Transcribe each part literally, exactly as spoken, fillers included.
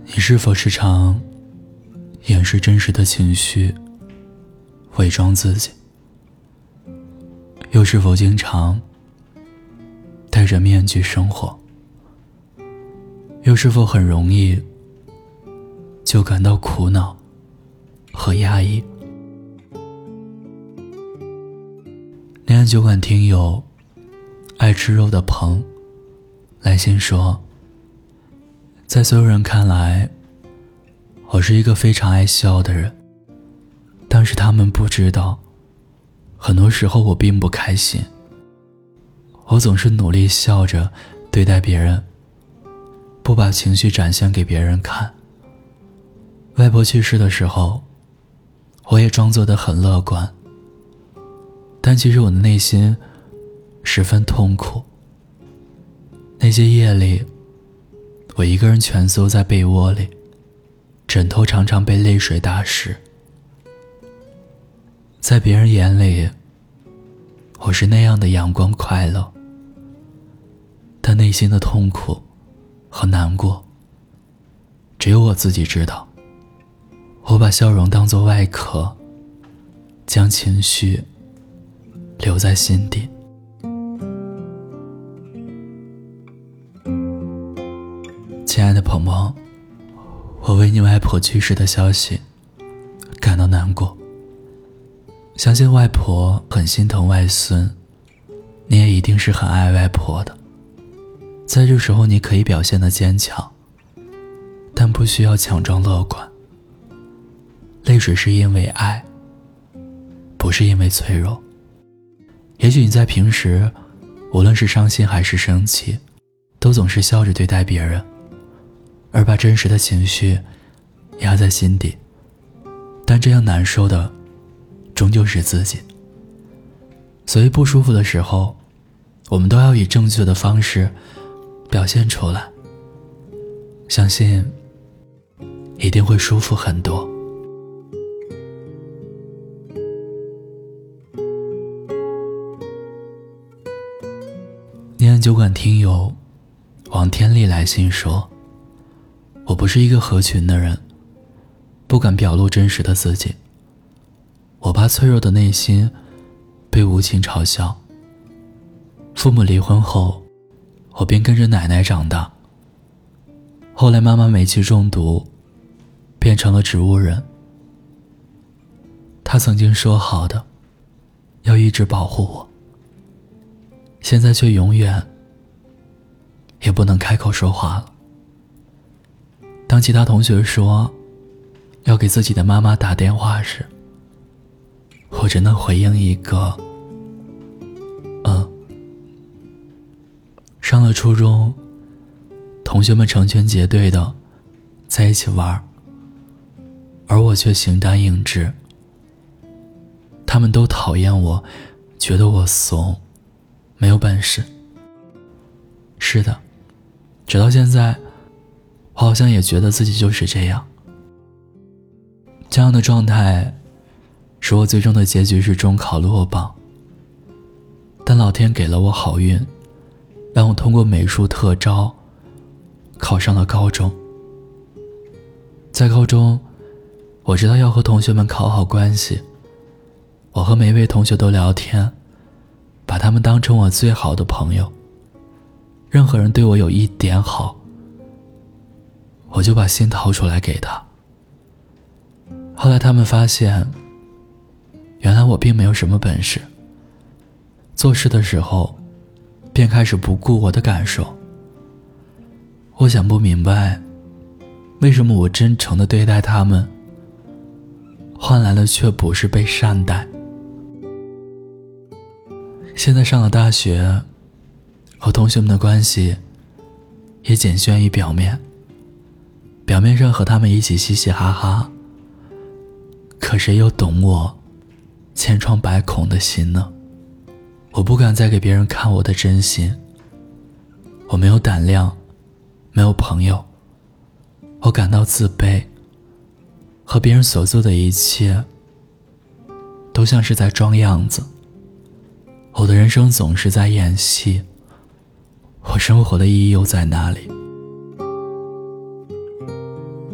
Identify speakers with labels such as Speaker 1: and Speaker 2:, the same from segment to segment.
Speaker 1: 你是否时常掩饰真实的情绪，伪装自己？又是否经常戴着面具生活？又是否很容易就感到苦恼和压抑？恋爱酒馆听友爱吃肉的鹏来信说，在所有人看来，我是一个非常爱笑的人，但是他们不知道，很多时候我并不开心。我总是努力笑着对待别人，不把情绪展现给别人看。外婆去世的时候，我也装作得很乐观，但其实我的内心十分痛苦。那些夜里，我一个人蜷缩在被窝里，枕头常常被泪水打湿。在别人眼里，我是那样的阳光快乐，但内心的痛苦和难过，只有我自己知道。我把笑容当作外壳，将情绪留在心底。亲爱的鹏鹏，我为你外婆去世的消息感到难过。相信外婆很心疼外孙，你也一定是很爱外婆的。在这时候你可以表现得坚强，但不需要强装乐观。泪水是因为爱，不是因为脆弱。也许你在平时，无论是伤心还是生气，都总是笑着对待别人，而把真实的情绪压在心底，但这样难受的终究是自己。所以不舒服的时候，我们都要以正确的方式表现出来，相信一定会舒服很多。念安酒馆听友王天丽来信说，我不是一个合群的人，不敢表露真实的自己，我怕脆弱的内心被无情嘲笑。父母离婚后，我便跟着奶奶长大。后来妈妈煤气中毒，变成了植物人。她曾经说好的，要一直保护我，现在却永远也不能开口说话了。当其他同学说要给自己的妈妈打电话时，我只能回应一个嗯。上了初中，同学们成群结队的在一起玩，而我却形单影只。他们都讨厌我，觉得我怂，没有本事。是的，直到现在，我好像也觉得自己就是这样。这样的状态使我最终的结局是中考落榜，但老天给了我好运，让我通过美术特招考上了高中。在高中，我知道要和同学们搞好关系，我和每一位同学都聊天，把他们当成我最好的朋友。任何人对我有一点好，我就把心掏出来给他。后来他们发现，原来我并没有什么本事，做事的时候便开始不顾我的感受。我想不明白，为什么我真诚地对待他们，换来的却不是被善待。现在上了大学，和同学们的关系也仅限于表面，表面上和他们一起嘻嘻哈哈，可谁又懂我千疮百孔的心呢？我不敢再给别人看我的真心，我没有胆量，没有朋友，我感到自卑，和别人所做的一切都像是在装样子。我的人生总是在演戏，我生活的意义又在哪里？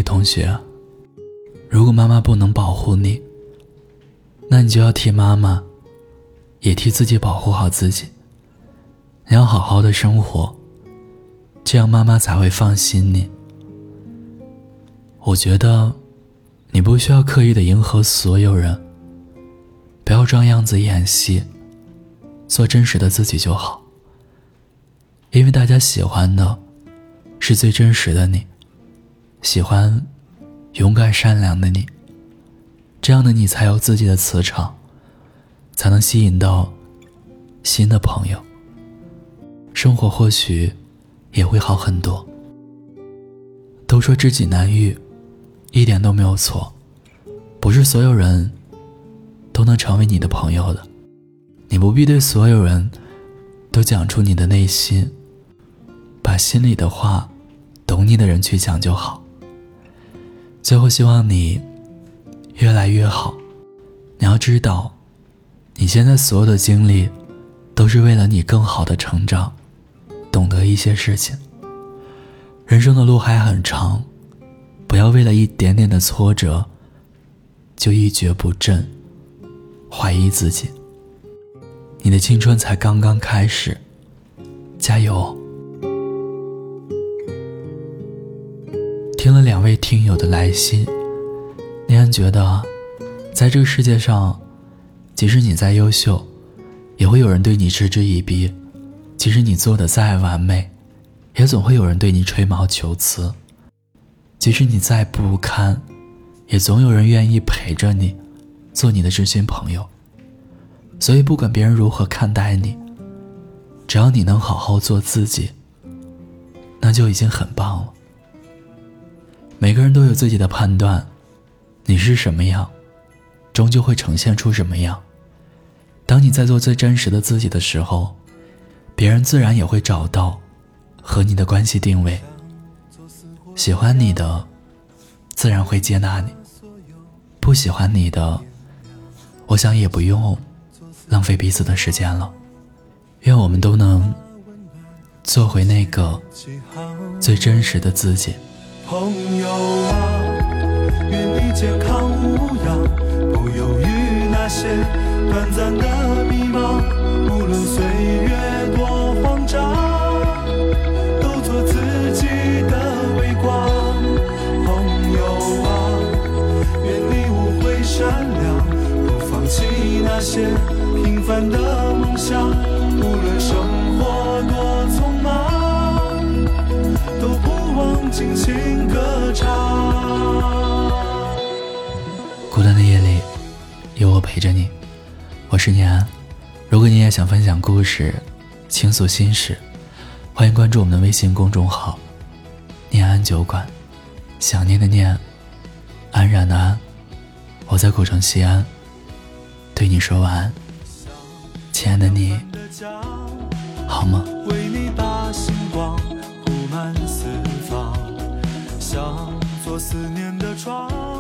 Speaker 1: 丽同学，如果妈妈不能保护你，那你就要替妈妈也替自己保护好自己。你要好好的生活，这样妈妈才会放心你。我觉得你不需要刻意的迎合所有人，不要装样子演戏，做真实的自己就好。因为大家喜欢的是最真实的你，喜欢勇敢善良的你，这样的你才有自己的磁场，才能吸引到新的朋友，生活或许也会好很多。都说知己难遇，一点都没有错，不是所有人都能成为你的朋友的。你不必对所有人都讲出你的内心，把心里的话懂你的人去讲就好。最后希望你越来越好。你要知道，你现在所有的经历都是为了你更好的成长，懂得一些事情。人生的路还很长，不要为了一点点的挫折就一蹶不振，怀疑自己。你的青春才刚刚开始，加油！听了两位听友的来信，念安觉得在这个世界上，即使你再优秀，也会有人对你嗤之以鼻；即使你做得再完美，也总会有人对你吹毛求疵；即使你再不堪，也总有人愿意陪着你，做你的知心朋友。所以不管别人如何看待你，只要你能好好做自己，那就已经很棒了。每个人都有自己的判断，你是什么样，终究会呈现出什么样。当你在做最真实的自己的时候，别人自然也会找到和你的关系定位。喜欢你的自然会接纳你，不喜欢你的，我想也不用浪费彼此的时间了。愿我们都能做回那个最真实的自己。
Speaker 2: 朋友啊，愿你健康无恙，不犹豫那些短暂的迷茫，无论岁月多慌张，都做自己的微光。朋友啊，愿你无悔善良，不放弃那些平凡的梦想，无论生活多匆忙，都不忘尽情歌唱。
Speaker 1: 孤单的夜里，有我陪着你。我是念安。如果你也想分享故事，倾诉心事，欢迎关注我们的微信公众号念安酒馆。想念的念，安然的安。我在古城西安，对你说晚安。亲爱的你，好吗？
Speaker 2: 为你把星光布满四方，像座思念的窗。